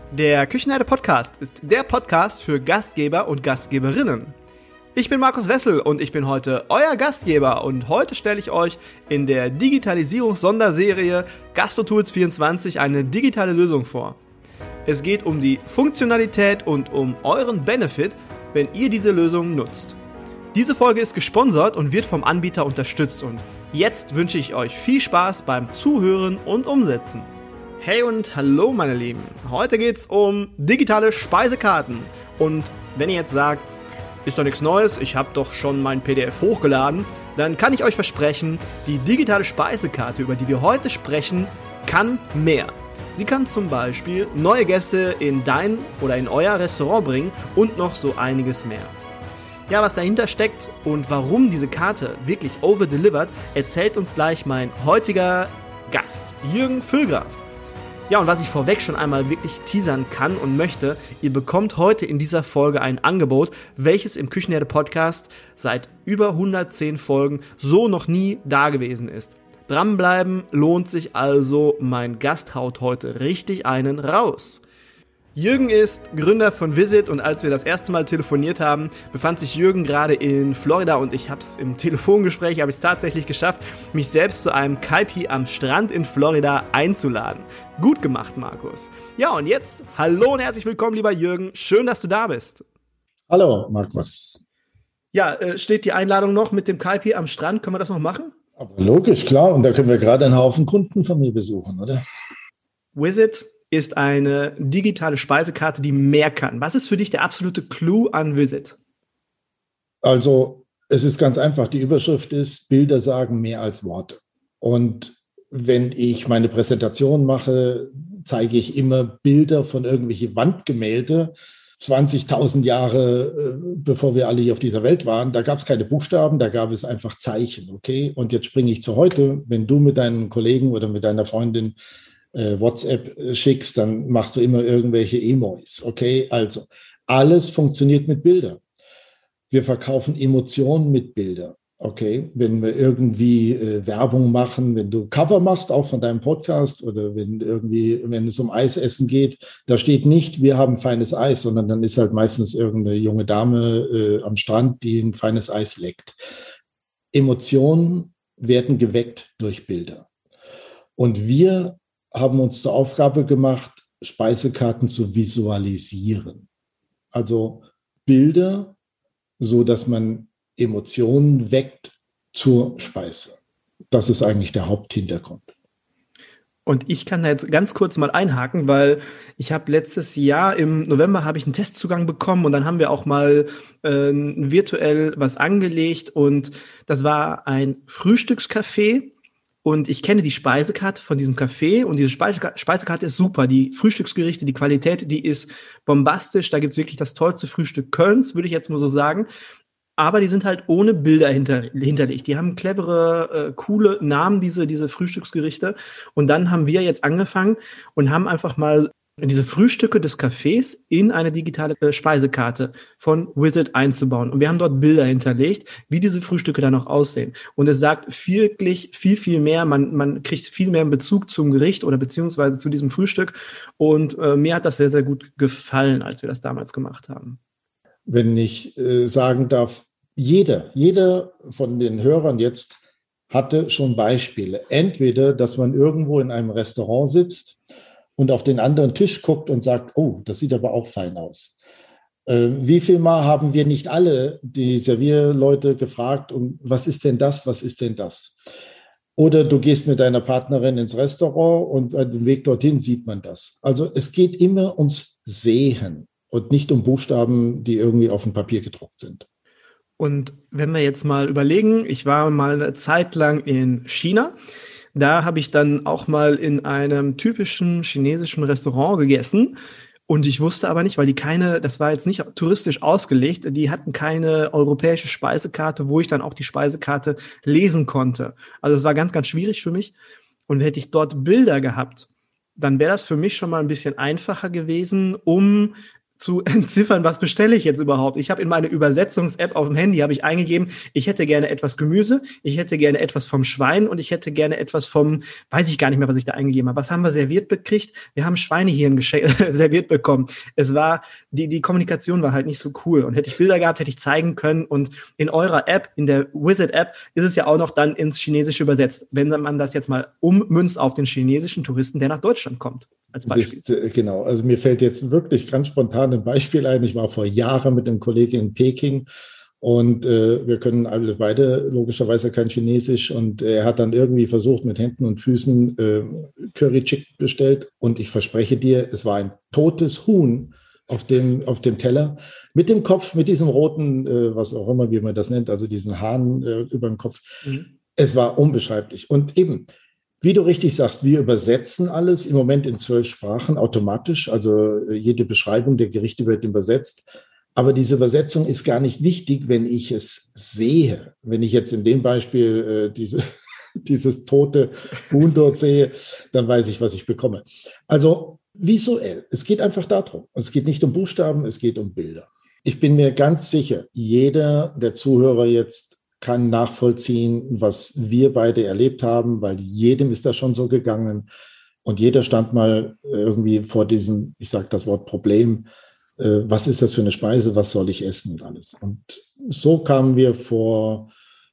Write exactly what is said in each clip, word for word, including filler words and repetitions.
Der Küchenherde Podcast ist der Podcast für Gastgeber und Gastgeberinnen. Ich bin Markus Wessel und ich bin heute euer Gastgeber und heute stelle ich euch in der Digitalisierungs-Sonderserie GastroTools vierundzwanzig eine digitale Lösung vor. Es geht um die Funktionalität und um euren Benefit, wenn ihr diese Lösung nutzt. Diese Folge ist gesponsert und wird vom Anbieter unterstützt und jetzt wünsche ich euch viel Spaß beim Zuhören und Umsetzen. Hey und hallo meine Lieben, heute geht's um digitale Speisekarten und wenn ihr jetzt sagt, ist doch nichts Neues, ich habe doch schon mein P D F hochgeladen, dann kann ich euch versprechen, die digitale Speisekarte, über die wir heute sprechen, kann mehr. Sie kann zum Beispiel neue Gäste in dein oder in euer Restaurant bringen und noch so einiges mehr. Ja, was dahinter steckt und warum diese Karte wirklich overdelivert, erzählt uns gleich mein heutiger Gast, Jürgen Füllgraf. Ja, und was ich vorweg schon einmal wirklich teasern kann und möchte, ihr bekommt heute in dieser Folge ein Angebot, welches im Küchenherde Podcast seit über hundertzehn Folgen so noch nie da gewesen ist. Dranbleiben lohnt sich also, mein Gast haut heute richtig einen raus. Jürgen ist Gründer von Visit und als wir das erste Mal telefoniert haben, befand sich Jürgen gerade in Florida und ich habe es im Telefongespräch, habe ich es tatsächlich geschafft, mich selbst zu einem Kaipi am Strand in Florida einzuladen. Gut gemacht, Markus. Ja, und jetzt, hallo und herzlich willkommen, lieber Jürgen. Schön, dass du da bist. Hallo, Markus. Ja, äh, steht die Einladung noch mit dem Kaipi am Strand? Können wir das noch machen? Aber logisch, klar. Und da können wir gerade einen Haufen Kunden von mir besuchen, oder? Visit ist eine digitale Speisekarte, die mehr kann. Was ist für dich der absolute Clou an Visit? Also, es ist ganz einfach. Die Überschrift ist, Bilder sagen mehr als Worte. Und wenn ich meine Präsentation mache, zeige ich immer Bilder von irgendwelchen Wandgemälde. zwanzigtausend Jahre, bevor wir alle hier auf dieser Welt waren, da gab es keine Buchstaben, da gab es einfach Zeichen, okay? Und jetzt springe ich zu heute. Wenn du mit deinen Kollegen oder mit deiner Freundin äh, WhatsApp schickst, dann machst du immer irgendwelche Emojis, okay? Also, alles funktioniert mit Bildern. Wir verkaufen Emotionen mit Bildern, okay? Wenn wir irgendwie äh, Werbung machen, wenn du Cover machst, auch von deinem Podcast oder wenn irgendwie, wenn es um Eisessen geht, da steht nicht, wir haben feines Eis, sondern dann ist halt meistens irgendeine junge Dame äh, am Strand, die ein feines Eis leckt. Emotionen werden geweckt durch Bilder. Und wir haben uns zur Aufgabe gemacht, Speisekarten zu visualisieren. Also Bilder, so dass man Emotionen weckt zur Speise. Das ist eigentlich der Haupthintergrund. Und ich kann da jetzt ganz kurz mal einhaken, weil ich habe letztes Jahr im November habe ich einen Testzugang bekommen und dann haben wir auch mal äh, virtuell was angelegt und das war ein Frühstückscafé und ich kenne die Speisekarte von diesem Café und diese Speise- Speisekarte ist super. Die Frühstücksgerichte, die Qualität, die ist bombastisch. Da gibt's wirklich das tollste Frühstück Kölns, würde ich jetzt mal so sagen. Aber die sind halt ohne Bilder hinter, hinterlegt. Die haben clevere, äh, coole Namen, diese, diese Frühstücksgerichte. Und dann haben wir jetzt angefangen und haben einfach mal diese Frühstücke des Cafés in eine digitale äh, Speisekarte von Visit einzubauen. Und wir haben dort Bilder hinterlegt, wie diese Frühstücke dann auch aussehen. Und es sagt wirklich viel, viel mehr. Man, man kriegt viel mehr einen Bezug zum Gericht oder beziehungsweise zu diesem Frühstück. Und äh, mir hat das sehr, sehr gut gefallen, als wir das damals gemacht haben. Wenn ich äh, sagen darf, jeder, jeder von den Hörern jetzt hatte schon Beispiele. Entweder, dass man irgendwo in einem Restaurant sitzt und auf den anderen Tisch guckt und sagt, oh, das sieht aber auch fein aus. Äh, wie viel Mal haben wir nicht alle die Servierleute gefragt, und was ist denn das, was ist denn das? Oder du gehst mit deiner Partnerin ins Restaurant und auf dem Weg dorthin sieht man das. Also es geht immer ums Sehen und nicht um Buchstaben, die irgendwie auf dem Papier gedruckt sind. Und wenn wir jetzt mal überlegen, ich war mal eine Zeit lang in China, da habe ich dann auch mal in einem typischen chinesischen Restaurant gegessen und ich wusste aber nicht, weil die keine, das war jetzt nicht touristisch ausgelegt, die hatten keine europäische Speisekarte, wo ich dann auch die Speisekarte lesen konnte. Also es war ganz, ganz schwierig für mich und hätte ich dort Bilder gehabt, dann wäre das für mich schon mal ein bisschen einfacher gewesen, um zu entziffern, was bestelle ich jetzt überhaupt. Ich habe in meine Übersetzungs-App auf dem Handy habe ich eingegeben, ich hätte gerne etwas Gemüse, ich hätte gerne etwas vom Schwein und ich hätte gerne etwas vom, weiß ich gar nicht mehr, was ich da eingegeben habe. Was haben wir serviert gekriegt? Wir haben Schweinehirn serviert bekommen. Es war, die, die Kommunikation war halt nicht so cool. Und hätte ich Bilder gehabt, hätte ich zeigen können. Und in eurer App, in der Wizard-App, ist es ja auch noch dann ins Chinesische übersetzt. Wenn man das jetzt mal ummünzt auf den chinesischen Touristen, der nach Deutschland kommt. Als Beispiel. Bist, äh, genau, also mir fällt jetzt wirklich ganz spontan ein Beispiel ein. Ich war vor Jahren mit einem Kollegen in Peking und äh, wir können alle beide logischerweise kein Chinesisch und er hat dann irgendwie versucht, mit Händen und Füßen äh, Curry Chicken bestellt und ich verspreche dir, es war ein totes Huhn auf dem, auf dem Teller mit dem Kopf, mit diesem roten, äh, was auch immer, wie man das nennt, also diesen Hahn äh, über dem Kopf. Mhm. Es war unbeschreiblich und eben, wie du richtig sagst, wir übersetzen alles im Moment in zwölf Sprachen automatisch. Also jede Beschreibung der Gerichte wird übersetzt. Aber diese Übersetzung ist gar nicht wichtig, wenn ich es sehe. Wenn ich jetzt in dem Beispiel äh, diese, dieses tote Huhn dort sehe, dann weiß ich, was ich bekomme. Also visuell. Es geht einfach darum. Es geht nicht um Buchstaben, es geht um Bilder. Ich bin mir ganz sicher, jeder der Zuhörer jetzt kann nachvollziehen, was wir beide erlebt haben, weil jedem ist das schon so gegangen und jeder stand mal irgendwie vor diesem, ich sage das Wort Problem, äh, was ist das für eine Speise, was soll ich essen und alles. Und so kamen wir vor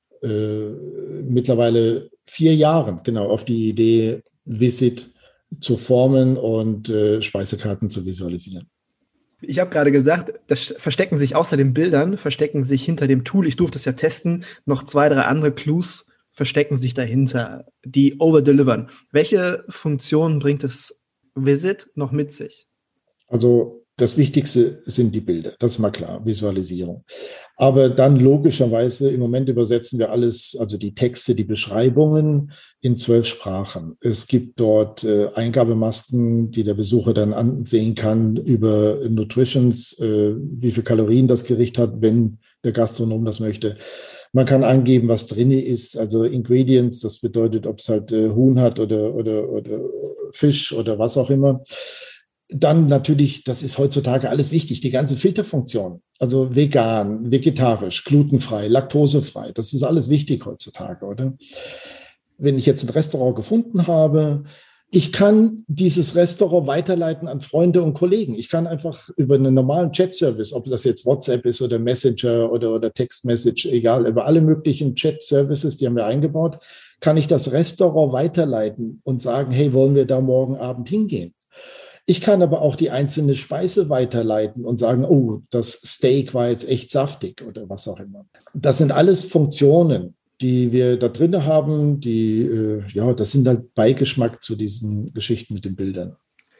äh, mittlerweile vier Jahren genau auf die Idee, Visit zu formen und äh, Speisekarten zu visualisieren. Ich habe gerade gesagt, das verstecken sich außer den Bildern, verstecken sich hinter dem Tool, ich durfte es ja testen, noch zwei, drei andere Clues verstecken sich dahinter, die overdelivern. Welche Funktionen bringt das Visit noch mit sich? Also das Wichtigste sind die Bilder, das ist mal klar, Visualisierung. Aber dann logischerweise, im Moment übersetzen wir alles, also die Texte, die Beschreibungen in zwölf Sprachen. Es gibt dort äh, Eingabemasken, die der Besucher dann ansehen kann über Nutritions, äh, wie viel Kalorien das Gericht hat, wenn der Gastronom das möchte. Man kann angeben, was drin ist, also Ingredients, das bedeutet, ob es halt äh, Huhn hat oder, oder, oder Fisch oder was auch immer. Dann natürlich, das ist heutzutage alles wichtig, die ganze Filterfunktion, also vegan, vegetarisch, glutenfrei, laktosefrei, das ist alles wichtig heutzutage, oder? Wenn ich jetzt ein Restaurant gefunden habe, ich kann dieses Restaurant weiterleiten an Freunde und Kollegen. Ich kann einfach über einen normalen Chat-Service, ob das jetzt WhatsApp ist oder Messenger oder, oder Text-Message, egal, über alle möglichen Chat-Services, die haben wir eingebaut, kann ich das Restaurant weiterleiten und sagen, hey, wollen wir da morgen Abend hingehen? Ich kann aber auch die einzelne Speise weiterleiten und sagen, oh, das Steak war jetzt echt saftig oder was auch immer. Das sind alles Funktionen, die wir da drin haben, die, äh, ja, das sind halt Beigeschmack zu diesen Geschichten mit den Bildern.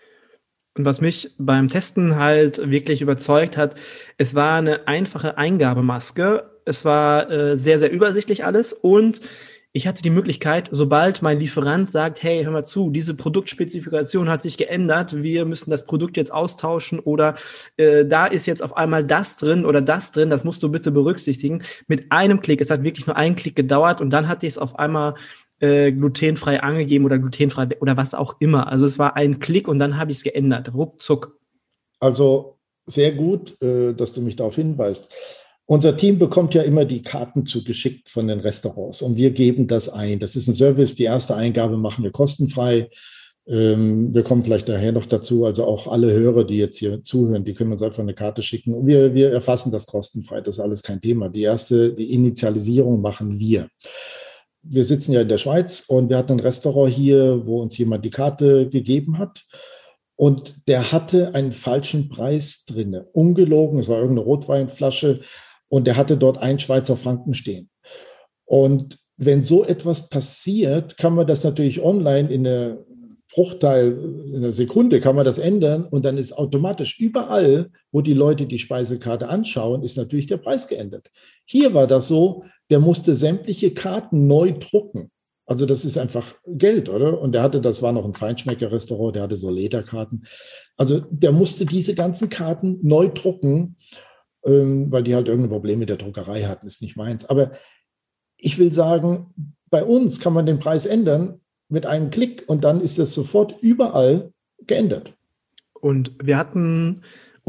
Und was mich beim Testen halt wirklich überzeugt hat, es war eine einfache Eingabemaske. Es war äh, sehr, sehr übersichtlich alles und ich hatte die Möglichkeit, sobald mein Lieferant sagt, hey, hör mal zu, diese Produktspezifikation hat sich geändert, wir müssen das Produkt jetzt austauschen oder äh, da ist jetzt auf einmal das drin oder das drin, das musst du bitte berücksichtigen. Mit einem Klick, es hat wirklich nur einen Klick gedauert und dann hatte ich es auf einmal äh, glutenfrei angegeben oder glutenfrei oder was auch immer. Also es war ein Klick und dann habe ich es geändert, ruckzuck. Also sehr gut, äh, dass du mich darauf hinweist. Unser Team bekommt ja immer die Karten zugeschickt von den Restaurants und wir geben das ein. Das ist ein Service, die erste Eingabe machen wir kostenfrei. Ähm, wir kommen vielleicht daher noch dazu, also auch alle Hörer, die jetzt hier zuhören, die können uns einfach eine Karte schicken und wir, wir erfassen das kostenfrei, das ist alles kein Thema. Die erste, die Initialisierung machen wir. Wir sitzen ja in der Schweiz und wir hatten ein Restaurant hier, wo uns jemand die Karte gegeben hat. Und der hatte einen falschen Preis drin, ungelogen, es war irgendeine Rotweinflasche. Und der hatte dort einen Schweizer Franken stehen. Und wenn so etwas passiert, kann man das natürlich online in einer Bruchteil, in einer Sekunde kann man das ändern und dann ist automatisch überall, wo die Leute die Speisekarte anschauen, ist natürlich der Preis geändert. Hier war das so, der musste sämtliche Karten neu drucken. Also das ist einfach Geld, oder? Und der hatte, das war noch ein Feinschmecker-Restaurant, der hatte so Lederkarten. Also der musste diese ganzen Karten neu drucken, weil die halt irgendein Problem mit der Druckerei hatten, ist nicht meins. Aber ich will sagen, bei uns kann man den Preis ändern mit einem Klick und dann ist das sofort überall geändert. Und wir hatten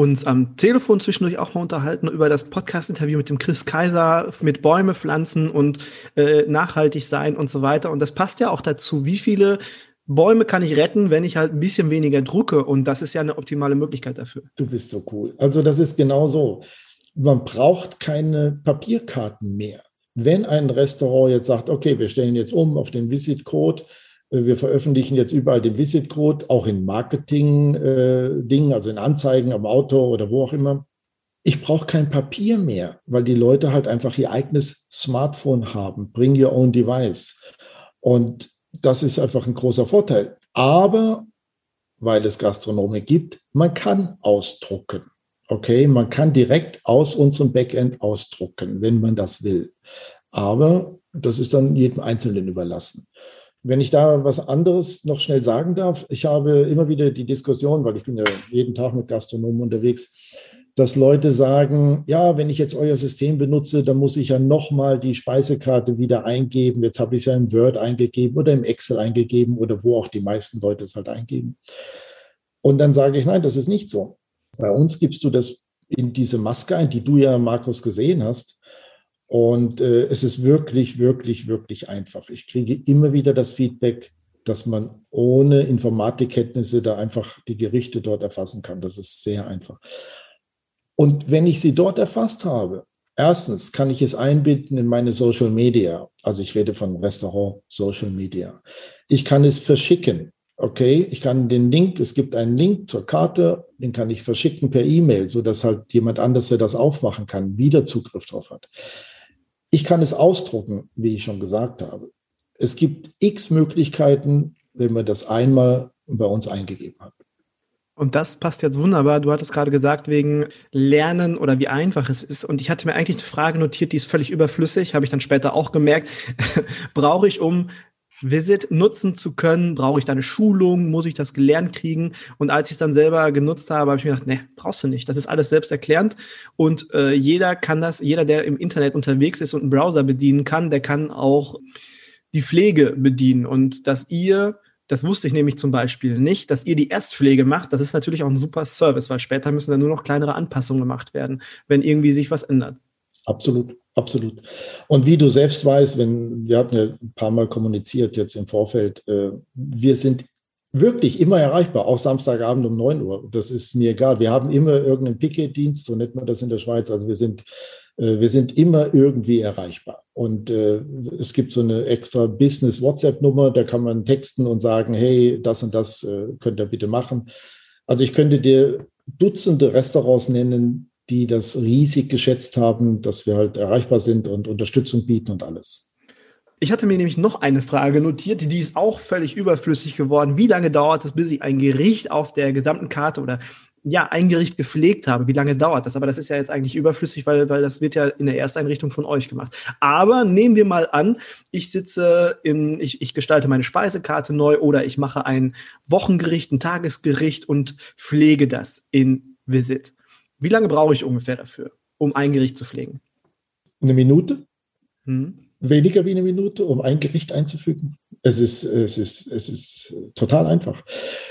uns am Telefon zwischendurch auch mal unterhalten über das Podcast-Interview mit dem Chris Kaiser, mit Bäume pflanzen und äh, nachhaltig sein und so weiter. Und das passt ja auch dazu, wie viele Bäume kann ich retten, wenn ich halt ein bisschen weniger drucke. Und das ist ja eine optimale Möglichkeit dafür. Du bist so cool. Also das ist genau so. Man braucht keine Papierkarten mehr. Wenn ein Restaurant jetzt sagt, okay, wir stellen jetzt um auf den Visit-Code, wir veröffentlichen jetzt überall den Visit-Code, auch in Marketing-Dingen, äh, also in Anzeigen am Auto oder wo auch immer. Ich brauche kein Papier mehr, weil die Leute halt einfach ihr eigenes Smartphone haben. Bring your own device. Und das ist einfach ein großer Vorteil. Aber, weil es Gastronomie gibt, man kann ausdrucken. Okay, man kann direkt aus unserem Backend ausdrucken, wenn man das will. Aber das ist dann jedem Einzelnen überlassen. Wenn ich da was anderes noch schnell sagen darf, ich habe immer wieder die Diskussion, weil ich bin ja jeden Tag mit Gastronomen unterwegs, dass Leute sagen, ja, wenn ich jetzt euer System benutze, dann muss ich ja nochmal die Speisekarte wieder eingeben. Jetzt habe ich es ja im Word eingegeben oder im Excel eingegeben oder wo auch die meisten Leute es halt eingeben. Und dann sage ich, nein, das ist nicht so. Bei uns gibst du das in diese Maske ein, die du ja, Markus, gesehen hast. Und äh, es ist wirklich, wirklich, wirklich einfach. Ich kriege immer wieder das Feedback, dass man ohne Informatikkenntnisse da einfach die Gerichte dort erfassen kann. Das ist sehr einfach. Und wenn ich sie dort erfasst habe, erstens kann ich es einbinden in meine Social Media. Also ich rede von Restaurant Social Media. Ich kann es verschicken. Okay, ich kann den Link, es gibt einen Link zur Karte, den kann ich verschicken per E-Mail, sodass halt jemand anders, der das aufmachen kann, wieder Zugriff drauf hat. Ich kann es ausdrucken, wie ich schon gesagt habe. Es gibt x Möglichkeiten, wenn man das einmal bei uns eingegeben hat. Und das passt jetzt wunderbar. Du hattest gerade gesagt, wegen Lernen oder wie einfach es ist. Und ich hatte mir eigentlich eine Frage notiert, die ist völlig überflüssig, habe ich dann später auch gemerkt. Brauche ich, um Visit nutzen zu können, brauche ich da eine Schulung, muss ich das gelernt kriegen? Und als ich es dann selber genutzt habe, habe ich mir gedacht, nee, brauchst du nicht. Das ist alles selbsterklärend und äh, jeder kann das, jeder, der im Internet unterwegs ist und einen Browser bedienen kann, der kann auch die Pflege bedienen. Und dass ihr, das wusste ich nämlich zum Beispiel nicht, dass ihr die Erstpflege macht, das ist natürlich auch ein super Service, weil später müssen dann nur noch kleinere Anpassungen gemacht werden, wenn irgendwie sich was ändert. Absolut, absolut. Und wie du selbst weißt, wenn wir hatten ja ein paar Mal kommuniziert jetzt im Vorfeld, äh, wir sind wirklich immer erreichbar, auch Samstagabend um neun Uhr. Das ist mir egal. Wir haben immer irgendeinen Picket-Dienst, so nennt man das in der Schweiz. Also wir sind, äh, wir sind immer irgendwie erreichbar. Und äh, es gibt so eine extra Business-WhatsApp-Nummer, da kann man texten und sagen, hey, das und das äh, könnt ihr bitte machen. Also ich könnte dir Dutzende Restaurants nennen, die das riesig geschätzt haben, dass wir halt erreichbar sind und Unterstützung bieten und alles. Ich hatte mir nämlich noch eine Frage notiert, die ist auch völlig überflüssig geworden. Wie lange dauert es, bis ich ein Gericht auf der gesamten Karte oder ja, ein Gericht gepflegt habe? Wie lange dauert das? Aber das ist ja jetzt eigentlich überflüssig, weil, weil das wird ja in der Ersteinrichtung von euch gemacht. Aber nehmen wir mal an, ich sitze in, ich, ich gestalte meine Speisekarte neu oder ich mache ein Wochengericht, ein Tagesgericht und pflege das in Visit. Wie lange brauche ich ungefähr dafür, um ein Gericht zu pflegen? Eine Minute? Hm. Weniger wie eine Minute, um ein Gericht einzufügen. Es ist, es ist, es ist total einfach.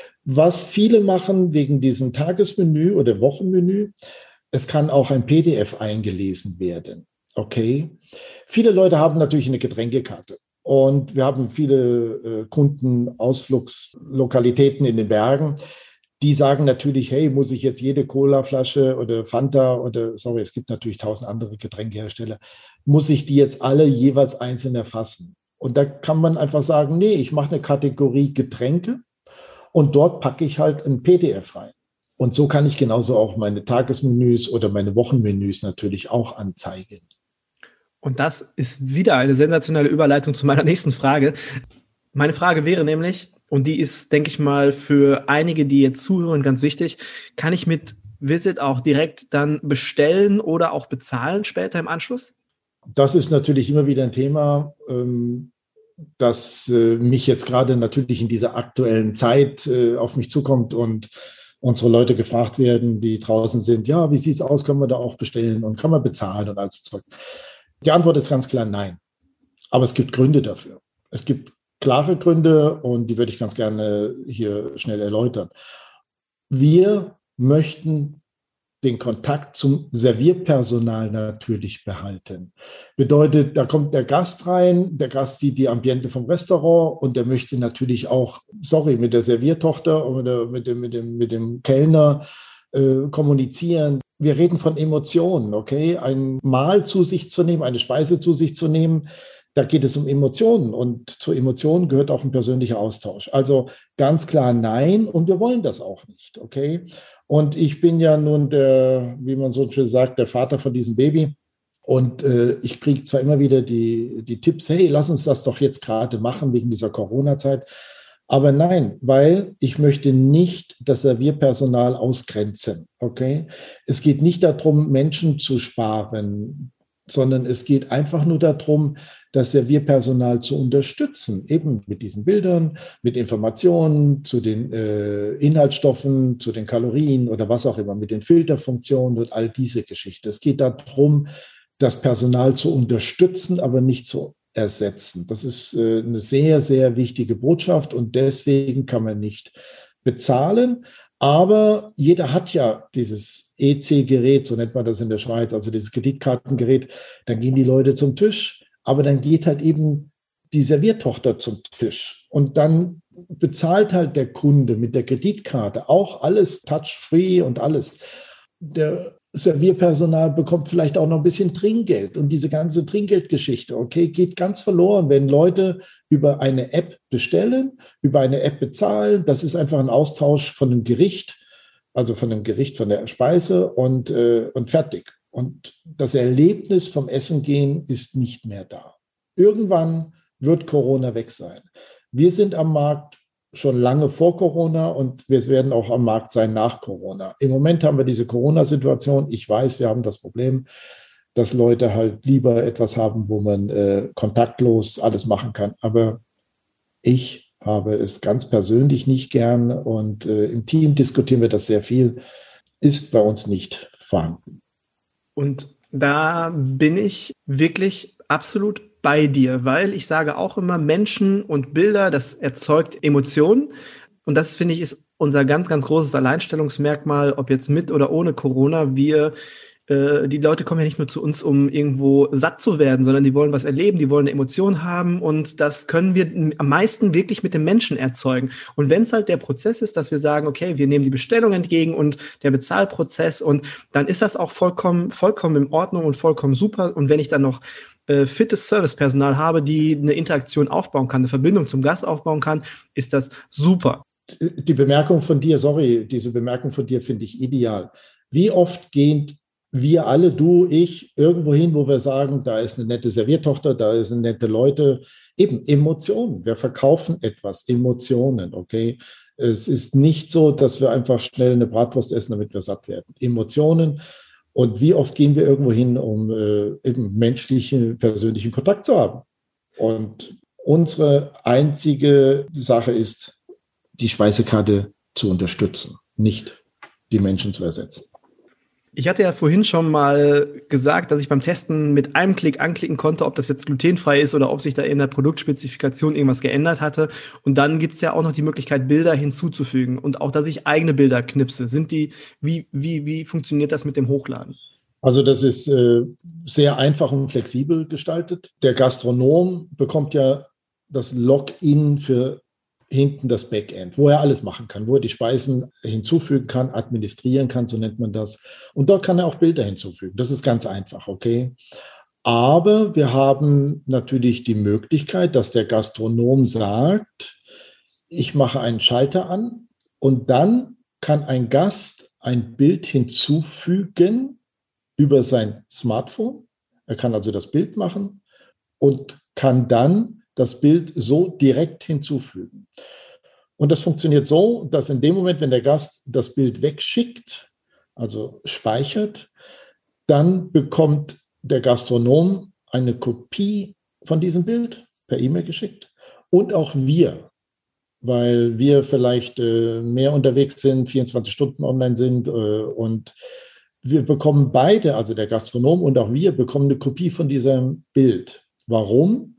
Was viele machen wegen diesem Tagesmenü oder Wochenmenü, es kann auch ein P D F eingelesen werden. Okay. Viele Leute haben natürlich eine Getränkekarte. Und wir haben viele äh, Kunden, Ausflugslokalitäten in den Bergen, die sagen natürlich, hey, muss ich jetzt jede Colaflasche oder Fanta oder, sorry, es gibt natürlich tausend andere Getränkehersteller, muss ich die jetzt alle jeweils einzeln erfassen? Und da kann man einfach sagen, nee, ich mache eine Kategorie Getränke und dort packe ich halt ein P D F rein. Und so kann ich genauso auch meine Tagesmenüs oder meine Wochenmenüs natürlich auch anzeigen. Und das ist wieder eine sensationelle Überleitung zu meiner nächsten Frage. Meine Frage wäre nämlich, und die ist, denke ich mal, für einige, die jetzt zuhören, ganz wichtig, kann ich mit Visit auch direkt dann bestellen oder auch bezahlen später im Anschluss? Das ist natürlich immer wieder ein Thema, das mich jetzt gerade natürlich in dieser aktuellen Zeit auf mich zukommt und unsere Leute gefragt werden, die draußen sind, ja, wie sieht es aus, können wir da auch bestellen und kann man bezahlen und alles Zeug. Die Antwort ist ganz klar nein. Aber es gibt Gründe dafür. Es gibt klare Gründe und die würde ich ganz gerne hier schnell erläutern. Wir möchten den Kontakt zum Servierpersonal natürlich behalten. Bedeutet, da kommt der Gast rein, der Gast sieht die Ambiente vom Restaurant und der möchte natürlich auch, sorry, mit der Serviertochter oder mit dem, mit dem, mit dem Kellner äh, kommunizieren. Wir reden von Emotionen, okay? Ein Mahl zu sich zu nehmen, eine Speise zu sich zu nehmen, da geht es um Emotionen und zu Emotionen gehört auch ein persönlicher Austausch. Also ganz klar nein und wir wollen das auch nicht, okay? Und ich bin ja nun der, wie man so schön sagt, der Vater von diesem Baby und äh, ich kriege zwar immer wieder die, die Tipps, hey, lass uns das doch jetzt gerade machen wegen dieser Corona-Zeit, aber nein, weil ich möchte nicht das Servierpersonal ausgrenzen, okay? Es geht nicht darum, Menschen zu sparen, sondern es geht einfach nur darum, das Servierpersonal zu unterstützen, eben mit diesen Bildern, mit Informationen zu den äh, Inhaltsstoffen, zu den Kalorien oder was auch immer, mit den Filterfunktionen und all diese Geschichten. Es geht darum, das Personal zu unterstützen, aber nicht zu ersetzen. Das ist äh, eine sehr, sehr wichtige Botschaft und deswegen kann man nicht bezahlen. Aber jeder hat ja dieses E C-Gerät, so nennt man das in der Schweiz, also dieses Kreditkartengerät. Dann gehen die Leute zum Tisch, aber dann geht halt eben die Serviertochter zum Tisch. Und dann bezahlt halt der Kunde mit der Kreditkarte auch alles touch-free und alles. Der Servierpersonal bekommt vielleicht auch noch ein bisschen Trinkgeld und diese ganze Trinkgeldgeschichte, okay, geht ganz verloren, wenn Leute über eine App bestellen, über eine App bezahlen. Das ist einfach ein Austausch von einem Gericht, also von einem Gericht, von der Speise und, äh, und fertig. Und das Erlebnis vom Essen gehen ist nicht mehr da. Irgendwann wird Corona weg sein. Wir sind am Markt schon lange vor Corona und wir werden auch am Markt sein nach Corona. Im Moment haben wir diese Corona-Situation. Ich weiß, wir haben das Problem, dass Leute halt lieber etwas haben, wo man äh, kontaktlos alles machen kann. Aber ich habe es ganz persönlich nicht gern und äh, im Team diskutieren wir das sehr viel, ist bei uns nicht vorhanden. Und da bin ich wirklich absolut bei dir, weil ich sage auch immer, Menschen und Bilder, das erzeugt Emotionen. Und das, finde ich, ist unser ganz, ganz großes Alleinstellungsmerkmal, ob jetzt mit oder ohne Corona. Wir, äh, die Leute kommen ja nicht nur zu uns, um irgendwo satt zu werden, sondern die wollen was erleben, die wollen eine Emotion haben. Und das können wir am meisten wirklich mit dem Menschen erzeugen. Und wenn es halt der Prozess ist, dass wir sagen, okay, wir nehmen die Bestellung entgegen und der Bezahlprozess und dann ist das auch vollkommen, vollkommen in Ordnung und vollkommen super. Und wenn ich dann noch äh, fittes Servicepersonal habe, die eine Interaktion aufbauen kann, eine Verbindung zum Gast aufbauen kann, ist das super. Die Bemerkung von dir, sorry, diese Bemerkung von dir finde ich ideal. Wie oft gehen wir alle, du, ich, irgendwo hin, wo wir sagen, da ist eine nette Serviertochter, da sind nette Leute, eben Emotionen. Wir verkaufen etwas, Emotionen, okay? Es ist nicht so, dass wir einfach schnell eine Bratwurst essen, damit wir satt werden. Emotionen. Und wie oft gehen wir irgendwo hin, um äh, eben menschlichen, persönlichen Kontakt zu haben? Und unsere einzige Sache ist, die Speisekarte zu unterstützen, nicht die Menschen zu ersetzen. Ich hatte ja vorhin schon mal gesagt, dass ich beim Testen mit einem Klick anklicken konnte, ob das jetzt glutenfrei ist oder ob sich da in der Produktspezifikation irgendwas geändert hatte. Und dann gibt es ja auch noch die Möglichkeit, Bilder hinzuzufügen und auch, dass ich eigene Bilder knipse. Sind die, wie, wie, wie funktioniert das mit dem Hochladen? Also das ist äh, sehr einfach und flexibel gestaltet. Der Gastronom bekommt ja das Login für hinten das Backend, wo er alles machen kann, wo er die Speisen hinzufügen kann, administrieren kann, so nennt man das. Und dort kann er auch Bilder hinzufügen. Das ist ganz einfach, okay? Aber wir haben natürlich die Möglichkeit, dass der Gastronom sagt, ich mache einen Schalter an und dann kann ein Gast ein Bild hinzufügen über sein Smartphone. Er kann also das Bild machen und kann dann das Bild so direkt hinzufügen. Und das funktioniert so, dass in dem Moment, wenn der Gast das Bild wegschickt, also speichert, dann bekommt der Gastronom eine Kopie von diesem Bild per E-Mail geschickt und auch wir, weil wir vielleicht äh, mehr unterwegs sind, vierundzwanzig Stunden online sind äh, und wir bekommen beide, also der Gastronom und auch wir, bekommen eine Kopie von diesem Bild. Warum?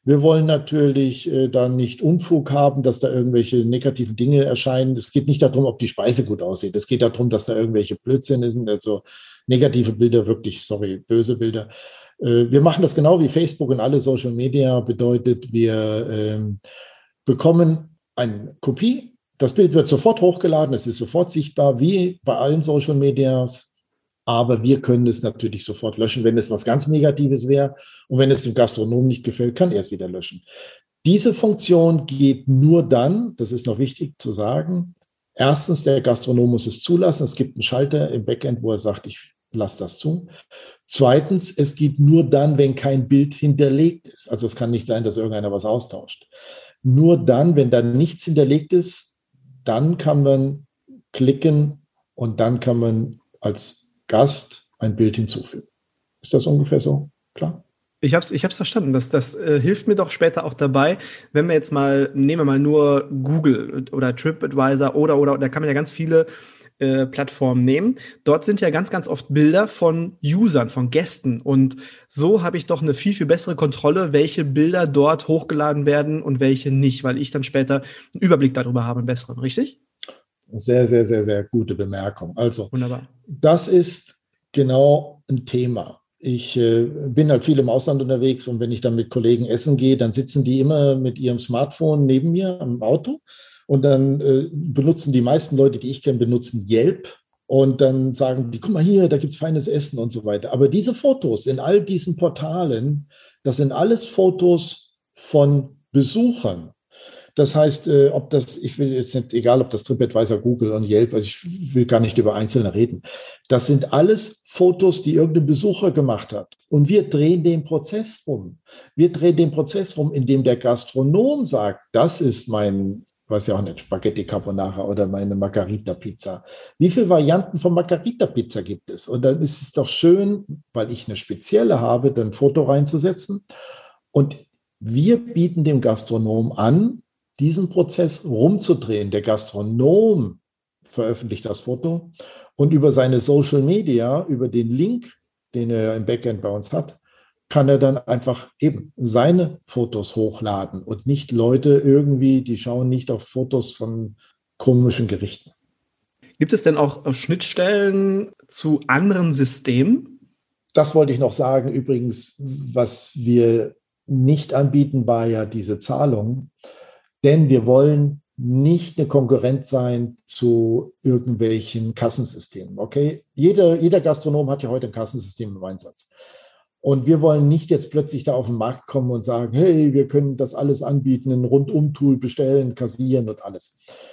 Wir wollen natürlich äh, dann nicht Unfug haben, dass da irgendwelche negativen Dinge erscheinen. Es geht nicht darum, ob die Speise gut aussieht. Es geht darum, dass da irgendwelche Blödsinn sind, also negative Bilder, wirklich, sorry, böse Bilder. Äh, wir machen das genau wie Facebook und alle Social Media. Bedeutet, wir ähm, bekommen eine Kopie. Das Bild wird sofort hochgeladen, es ist sofort sichtbar, wie bei allen Social Medias. Aber wir können es natürlich sofort löschen, wenn es was ganz Negatives wäre. Und wenn es dem Gastronomen nicht gefällt, kann er es wieder löschen. Diese Funktion geht nur dann, das ist noch wichtig zu sagen, erstens, der Gastronom muss es zulassen. Es gibt einen Schalter im Backend, wo er sagt, ich lasse das zu. Zweitens, es geht nur dann, wenn kein Bild hinterlegt ist. Also es kann nicht sein, dass irgendeiner was austauscht. Nur dann, wenn da nichts hinterlegt ist, dann kann man klicken und dann kann man als Gast ein Bild hinzufügen. Ist das ungefähr so klar? Ich habe es ich hab's verstanden. Das, das äh, hilft mir doch später auch dabei, wenn wir jetzt mal, nehmen wir mal nur Google oder TripAdvisor oder, oder, da kann man ja ganz viele äh, Plattformen nehmen. Dort sind ja ganz, ganz oft Bilder von Usern, von Gästen. Und so habe ich doch eine viel, viel bessere Kontrolle, welche Bilder dort hochgeladen werden und welche nicht, weil ich dann später einen Überblick darüber habe, einen besseren, richtig? Sehr, sehr, sehr, sehr gute Bemerkung. Also, wunderbar. Das ist genau ein Thema. Ich äh, bin halt viel im Ausland unterwegs und wenn ich dann mit Kollegen essen gehe, dann sitzen die immer mit ihrem Smartphone neben mir am Auto und dann äh, benutzen die meisten Leute, die ich kenne, benutzen Yelp und dann sagen die, guck mal hier, da gibt es feines Essen und so weiter. Aber diese Fotos in all diesen Portalen, das sind alles Fotos von Besuchern. Das heißt, äh, ob das, ich will jetzt nicht, egal ob das TripAdvisor, Google und Yelp, also ich will gar nicht über Einzelne reden. Das sind alles Fotos, die irgendein Besucher gemacht hat. Und wir drehen den Prozess um. Wir drehen den Prozess um, indem der Gastronom sagt, das ist mein, weiß ja auch nicht, Spaghetti Carbonara oder meine Margarita-Pizza. Wie viele Varianten von Margarita-Pizza gibt es? Und dann ist es doch schön, weil ich eine spezielle habe, dann ein Foto reinzusetzen. Und wir bieten dem Gastronom an, diesen Prozess rumzudrehen. Der Gastronom veröffentlicht das Foto und über seine Social Media, über den Link, den er im Backend bei uns hat, kann er dann einfach eben seine Fotos hochladen und nicht Leute irgendwie, die schauen nicht auf Fotos von komischen Gerichten. Gibt es denn auch Schnittstellen zu anderen Systemen? Das wollte ich noch sagen. Übrigens, was wir nicht anbieten, war ja diese Zahlung. Denn wir wollen nicht eine Konkurrenz sein zu irgendwelchen Kassensystemen. Okay? Jeder, jeder Gastronom hat ja heute ein Kassensystem im Einsatz. Und wir wollen nicht jetzt plötzlich da auf den Markt kommen und sagen, hey, wir können das alles anbieten, ein Rundum-Tool bestellen, kassieren und alles.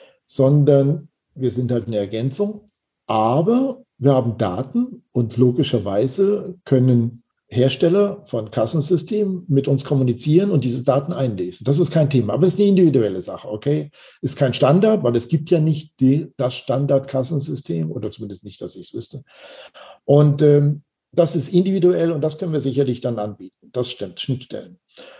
Sondern wir sind halt eine Ergänzung. Aber wir haben Daten und logischerweise können Hersteller von Kassensystemen mit uns kommunizieren und diese Daten einlesen. Das ist kein Thema, aber es ist eine individuelle Sache, okay? Ist kein Standard, weil es gibt ja nicht die, das Standard-Kassensystem oder zumindest nicht, dass ich es wüsste. Und ähm, das ist individuell und das können wir sicherlich dann anbieten. Das stimmt, Schnittstellen.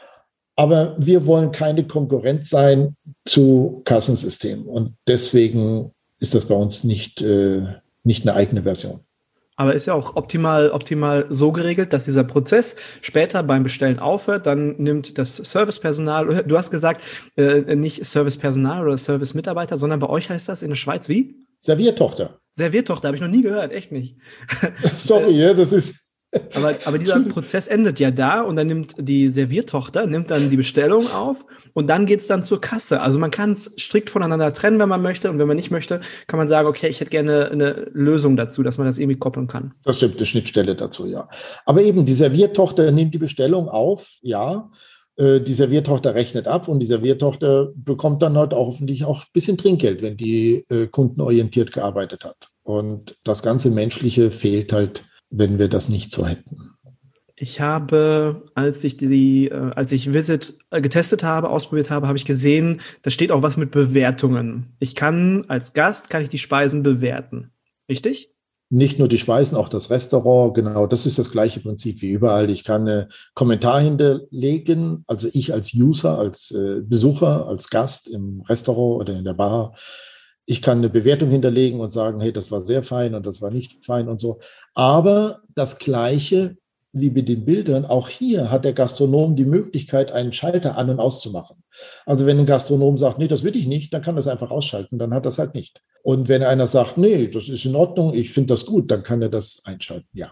Aber wir wollen keine Konkurrenz sein zu Kassensystemen und deswegen ist das bei uns nicht, äh, nicht eine eigene Version. Aber ist ja auch optimal, optimal so geregelt, dass dieser Prozess später beim Bestellen aufhört. Dann nimmt das Servicepersonal, du hast gesagt, äh, nicht Servicepersonal oder Service-Mitarbeiter, sondern bei euch heißt das in der Schweiz wie? Serviertochter. Serviertochter, habe ich noch nie gehört, echt nicht. Sorry, ja, das ist... Aber, aber dieser Prozess endet ja da und dann nimmt die Serviertochter, nimmt dann die Bestellung auf und dann geht's dann zur Kasse. Also man kann es strikt voneinander trennen, wenn man möchte und wenn man nicht möchte, kann man sagen, okay, ich hätte gerne eine Lösung dazu, dass man das irgendwie koppeln kann. Das stimmt, eine Schnittstelle dazu, ja. Aber eben, die Serviertochter nimmt die Bestellung auf, ja. Die Serviertochter rechnet ab und die Serviertochter bekommt dann halt auch hoffentlich auch ein bisschen Trinkgeld, wenn die kundenorientiert gearbeitet hat. Und das ganze Menschliche fehlt halt, wenn wir das nicht so hätten. Ich habe, als ich die, als ich Visit getestet habe, ausprobiert habe, habe ich gesehen, da steht auch was mit Bewertungen. Ich kann als Gast, kann ich die Speisen bewerten. Richtig? Nicht nur die Speisen, auch das Restaurant, genau, das ist das gleiche Prinzip wie überall. Ich kann einen Kommentar hinterlegen, also ich als User, als äh, Besucher, als Gast im Restaurant oder in der Bar. Ich kann eine Bewertung hinterlegen und sagen, hey, das war sehr fein und das war nicht fein und so. Aber das Gleiche wie mit den Bildern, auch hier hat der Gastronom die Möglichkeit, einen Schalter an- und auszumachen. Also wenn ein Gastronom sagt, nee, das will ich nicht, dann kann das einfach ausschalten, dann hat das halt nicht. Und wenn einer sagt, nee, das ist in Ordnung, ich finde das gut, dann kann er das einschalten, ja.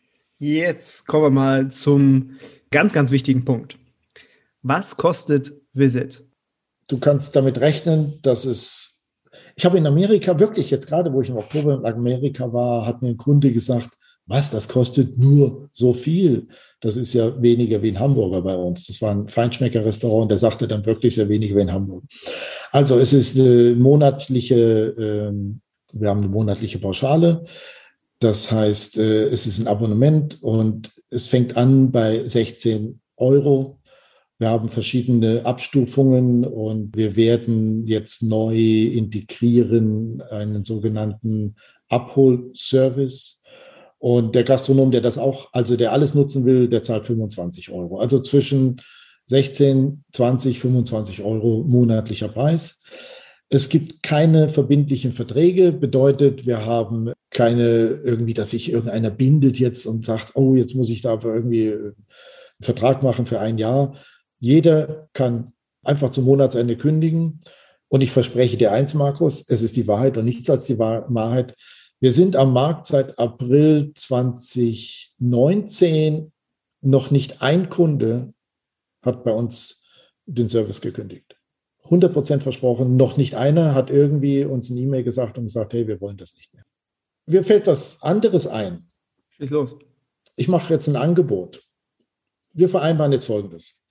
Jetzt kommen wir mal zum ganz, ganz wichtigen Punkt. Was kostet Visit? Du kannst damit rechnen, dass es, ich habe in Amerika wirklich jetzt gerade, wo ich im Oktober in Amerika war, hat mir ein Kunde gesagt, was, das kostet nur so viel. Das ist ja weniger wie ein Hamburger bei uns. Das war ein Feinschmecker-Restaurant, der sagte dann wirklich sehr weniger wie in Hamburg. Also es ist eine monatliche, ähm, wir haben eine monatliche Pauschale. Das heißt, äh, es ist ein Abonnement und es fängt an bei sechzehn Euro. Wir haben verschiedene Abstufungen und wir werden jetzt neu integrieren einen sogenannten Abholservice. Und der Gastronom, der das auch, also der alles nutzen will, der zahlt fünfundzwanzig Euro. Also zwischen sechzehn, zwanzig, fünfundzwanzig Euro monatlicher Preis. Es gibt keine verbindlichen Verträge, bedeutet, wir haben keine irgendwie, dass sich irgendeiner bindet jetzt und sagt, oh, jetzt muss ich da irgendwie einen Vertrag machen für ein Jahr. Jeder kann einfach zum Monatsende kündigen. Und ich verspreche dir eins, Markus, es ist die Wahrheit und nichts als die Wahrheit. Wir sind am Markt seit April zwanzig neunzehn. Noch nicht ein Kunde hat bei uns den Service gekündigt. hundert Prozent versprochen. Noch nicht einer hat irgendwie uns eine E-Mail gesagt und gesagt, hey, wir wollen das nicht mehr. Mir fällt was anderes ein. Schieß los. Ich mache jetzt ein Angebot. Wir vereinbaren jetzt Folgendes.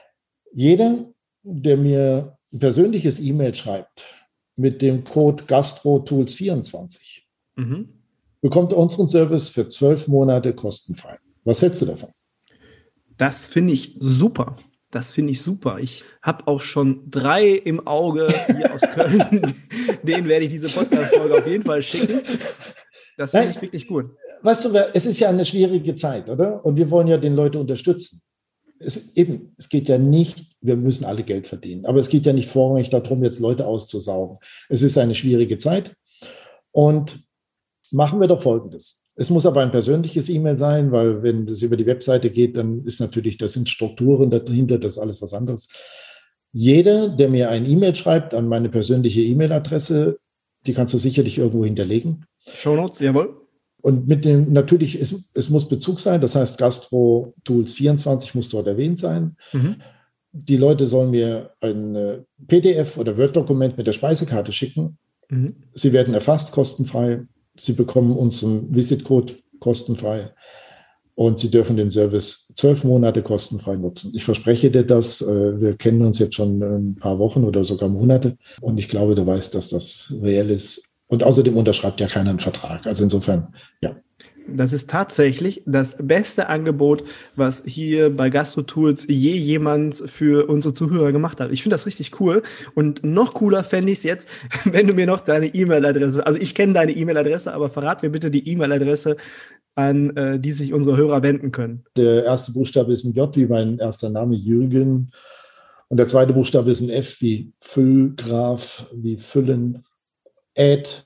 Jeder, der mir ein persönliches E-Mail schreibt mit dem Code GastroTools vierundzwanzig, mhm. bekommt unseren Service für zwölf Monate kostenfrei. Was hältst du davon? Das finde ich super. Das finde ich super. Ich habe auch schon drei im Auge hier aus Köln. Denen werde ich diese Podcast-Folge auf jeden Fall schicken. Das finde ich wirklich gut. Weißt du, es ist ja eine schwierige Zeit, oder? Und wir wollen ja den Leute unterstützen. Es, eben, es geht ja nicht, wir müssen alle Geld verdienen, aber es geht ja nicht vorrangig darum, jetzt Leute auszusaugen. Es ist eine schwierige Zeit und machen wir doch Folgendes. Es muss aber ein persönliches E-Mail sein, weil wenn das über die Webseite geht, dann ist natürlich, das sind Strukturen dahinter, das ist alles was anderes. Jeder, der mir ein E-Mail schreibt an meine persönliche E-Mail-Adresse, die kannst du sicherlich irgendwo hinterlegen. Shownotes, jawohl. Und mit dem, natürlich, es, es muss Bezug sein, das heißt GastroTools vierundzwanzig muss dort erwähnt sein. Mhm. Die Leute sollen mir ein P D F oder Word-Dokument mit der Speisekarte schicken. Mhm. Sie werden erfasst, kostenfrei. Sie bekommen unseren Visit-Code kostenfrei. Und Sie dürfen den Service zwölf Monate kostenfrei nutzen. Ich verspreche dir das. Wir kennen uns jetzt schon ein paar Wochen oder sogar Monate. Und ich glaube, du weißt, dass das reell ist. Und außerdem unterschreibt ja keiner einen Vertrag. Also insofern, ja. Das ist tatsächlich das beste Angebot, was hier bei GastroTools je jemand für unsere Zuhörer gemacht hat. Ich finde das richtig cool. Und noch cooler fände ich es jetzt, wenn du mir noch deine E-Mail-Adresse, also ich kenne deine E-Mail-Adresse, aber verrat mir bitte die E-Mail-Adresse, an äh, die sich unsere Hörer wenden können. Der erste Buchstabe ist ein J wie mein erster Name, Jürgen. Und der zweite Buchstabe ist ein F wie Füllgraf, wie Füllen. at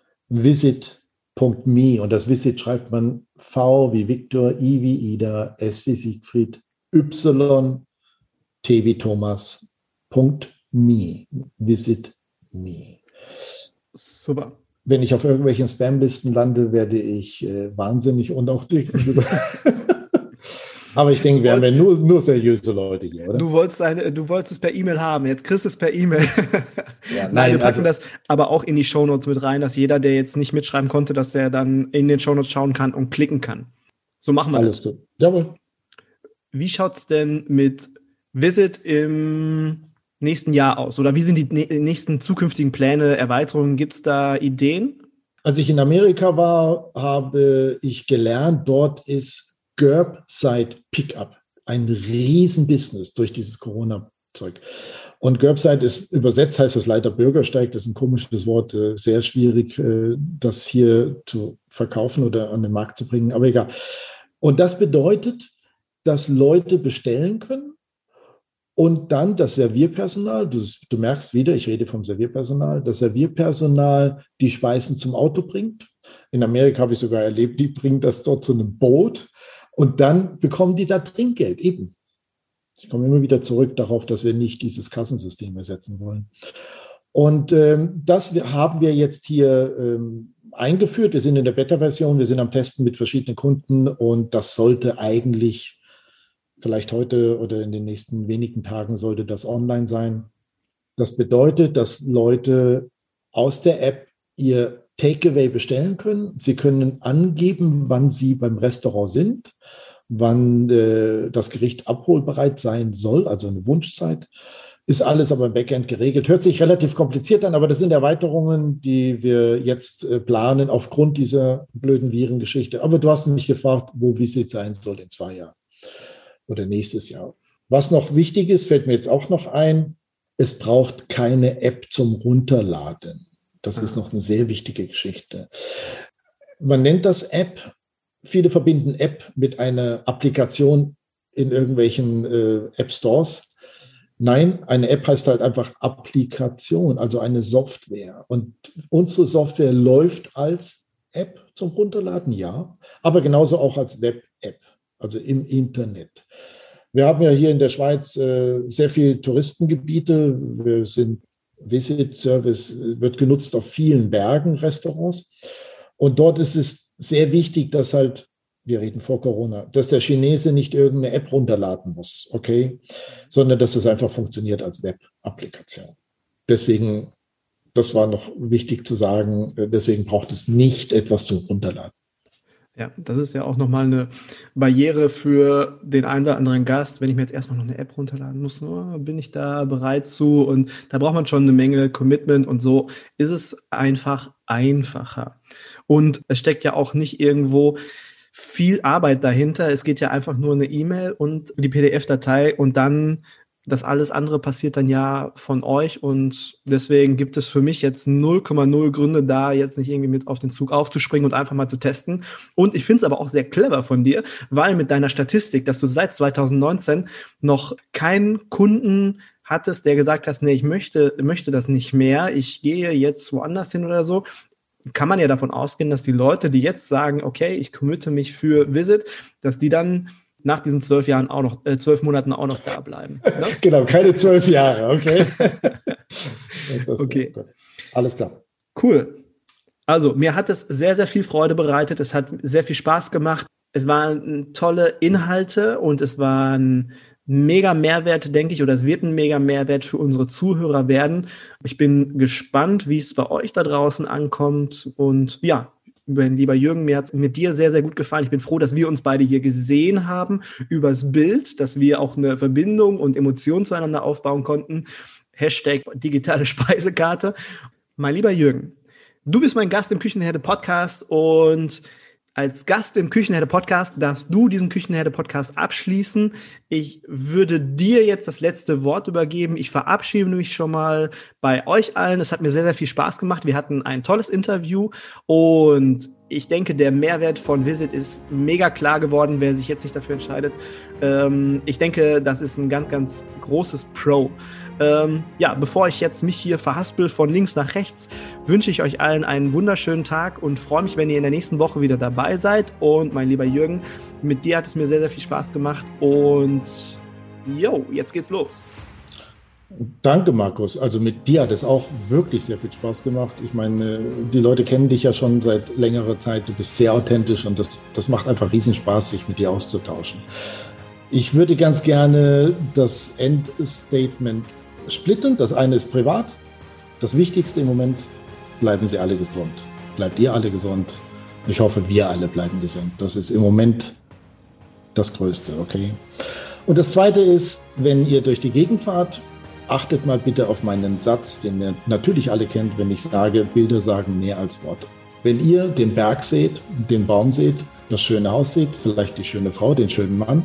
visit.me und das Visit schreibt man V wie Viktor, I wie Ida, S wie Siegfried, Y, T wie Thomas, .me, visit me. Super. Wenn ich auf irgendwelchen Spamlisten lande, werde ich äh, wahnsinnig und auch dick. Aber ich denke, wir haben ja nur, nur seriöse Leute hier, oder? Du wolltest, eine, du wolltest es per E-Mail haben, jetzt kriegst du es per E-Mail. Ja, nein, nein, wir packen also, das aber auch in die Shownotes mit rein, dass jeder, der jetzt nicht mitschreiben konnte, dass der dann in den Shownotes schauen kann und klicken kann. So machen wir alles das. Alles gut. Jawohl. Wie schaut es denn mit Visit im nächsten Jahr aus? Oder wie sind die nächsten zukünftigen Pläne, Erweiterungen? Gibt es da Ideen? Als ich in Amerika war, habe ich gelernt, dort ist Curbside Pickup ein Riesenbusiness durch dieses Corona-Zeug. Und Curbside ist übersetzt, heißt das leider Bürgersteig, das ist ein komisches Wort, sehr schwierig, das hier zu verkaufen oder an den Markt zu bringen, aber egal. Und das bedeutet, dass Leute bestellen können und dann das Servierpersonal, das, du merkst wieder, ich rede vom Servierpersonal, das Servierpersonal die Speisen zum Auto bringt. In Amerika habe ich sogar erlebt, die bringen das dort zu einem Boot. Und dann bekommen die da Trinkgeld, eben. Ich komme immer wieder zurück darauf, dass wir nicht dieses Kassensystem ersetzen wollen. Und ähm, das haben wir jetzt hier ähm, eingeführt. Wir sind in der Beta-Version, wir sind am Testen mit verschiedenen Kunden und das sollte eigentlich vielleicht heute oder in den nächsten wenigen Tagen sollte das online sein. Das bedeutet, dass Leute aus der App ihr Takeaway bestellen können. Sie können angeben, wann sie beim Restaurant sind, wann äh, das Gericht abholbereit sein soll, also eine Wunschzeit. Ist alles aber im Backend geregelt. Hört sich relativ kompliziert an, aber das sind Erweiterungen, die wir jetzt äh, planen aufgrund dieser blöden Virengeschichte. Aber du hast mich gefragt, wo Visit sein soll in zwei Jahren oder nächstes Jahr. Was noch wichtig ist, fällt mir jetzt auch noch ein, es braucht keine App zum Runterladen. Das ist noch eine sehr wichtige Geschichte. Man nennt das App. Viele verbinden App mit einer Applikation in irgendwelchen äh, App-Stores. Nein, eine App heißt halt einfach Applikation, also eine Software. Und unsere Software läuft als App zum Runterladen, ja, aber genauso auch als Web-App, also im Internet. Wir haben ja hier in der Schweiz äh, sehr viele Touristengebiete. Wir sind Visit-Service, wird genutzt auf vielen Bergen, Restaurants. Und dort ist es sehr wichtig, dass halt, wir reden vor Corona, dass der Chinese nicht irgendeine App runterladen muss, okay, sondern dass es einfach funktioniert als Web-Applikation. Deswegen, das war noch wichtig zu sagen, deswegen braucht es nicht etwas zum Runterladen. Ja, das ist ja auch nochmal eine Barriere für den einen oder anderen Gast, wenn ich mir jetzt erstmal noch eine App runterladen muss, oh, bin ich da bereit zu? Und da braucht man schon eine Menge Commitment und so ist es einfach einfacher. Und es steckt ja auch nicht irgendwo viel Arbeit dahinter. Es geht ja einfach nur eine E-Mail und die P D F-Datei und dann das alles andere passiert dann ja von euch und deswegen gibt es für mich jetzt null Komma null Gründe da, jetzt nicht irgendwie mit auf den Zug aufzuspringen und einfach mal zu testen. Und ich finde es aber auch sehr clever von dir, weil mit deiner Statistik, dass du seit zwanzig neunzehn noch keinen Kunden hattest, der gesagt hat, nee, ich möchte, möchte das nicht mehr, ich gehe jetzt woanders hin oder so, kann man ja davon ausgehen, dass die Leute, die jetzt sagen, okay, ich committe mich für Visit, dass die dann nach diesen zwölf Jahren auch noch, äh, zwölf Monaten auch noch da bleiben. Ne? Genau, keine zwölf Jahre, okay. Das, okay. Oh alles klar. Cool. Also, mir hat es sehr, sehr viel Freude bereitet. Es hat sehr viel Spaß gemacht. Es waren tolle Inhalte und es war ein mega Mehrwert, denke ich, oder es wird ein mega Mehrwert für unsere Zuhörer werden. Ich bin gespannt, wie es bei euch da draußen ankommt und ja, mein lieber Jürgen, mir hat es mit dir sehr, sehr gut gefallen. Ich bin froh, dass wir uns beide hier gesehen haben übers Bild, dass wir auch eine Verbindung und Emotionen zueinander aufbauen konnten. Hashtag digitale Speisekarte. Mein lieber Jürgen, du bist mein Gast im Küchenherde-Podcast und als Gast im Küchenherde-Podcast darfst du diesen Küchenherde-Podcast abschließen. Ich würde dir jetzt das letzte Wort übergeben. Ich verabschiede mich schon mal bei euch allen. Es hat mir sehr, sehr viel Spaß gemacht. Wir hatten ein tolles Interview und ich denke, der Mehrwert von Visit ist mega klar geworden, wer sich jetzt nicht dafür entscheidet. Ähm, ich denke, das ist ein ganz, ganz großes Pro. Ähm, ja, bevor ich jetzt mich hier verhaspel von links nach rechts, wünsche ich euch allen einen wunderschönen Tag und freue mich, wenn ihr in der nächsten Woche wieder dabei seid. Und mein lieber Jürgen, mit dir hat es mir sehr, sehr viel Spaß gemacht und jo, jetzt geht's los. Danke, Markus. Also mit dir hat es auch wirklich sehr viel Spaß gemacht. Ich meine, die Leute kennen dich ja schon seit längerer Zeit. Du bist sehr authentisch und das, das macht einfach riesen Spaß, sich mit dir auszutauschen. Ich würde ganz gerne das Endstatement splitten. Das eine ist privat. Das Wichtigste im Moment, bleiben Sie alle gesund. Bleibt ihr alle gesund. Ich hoffe, wir alle bleiben gesund. Das ist im Moment das Größte, okay? Und das Zweite ist, wenn ihr durch die Gegend fahrt, achtet mal bitte auf meinen Satz, den ihr natürlich alle kennt, wenn ich sage, Bilder sagen mehr als Worte. Wenn ihr den Berg seht, den Baum seht, das schöne Haus seht, vielleicht die schöne Frau, den schönen Mann,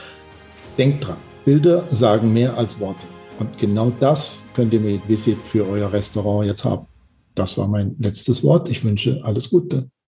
denkt dran, Bilder sagen mehr als Worte. Und genau das könnt ihr mit Visit für euer Restaurant jetzt haben. Das war mein letztes Wort. Ich wünsche alles Gute.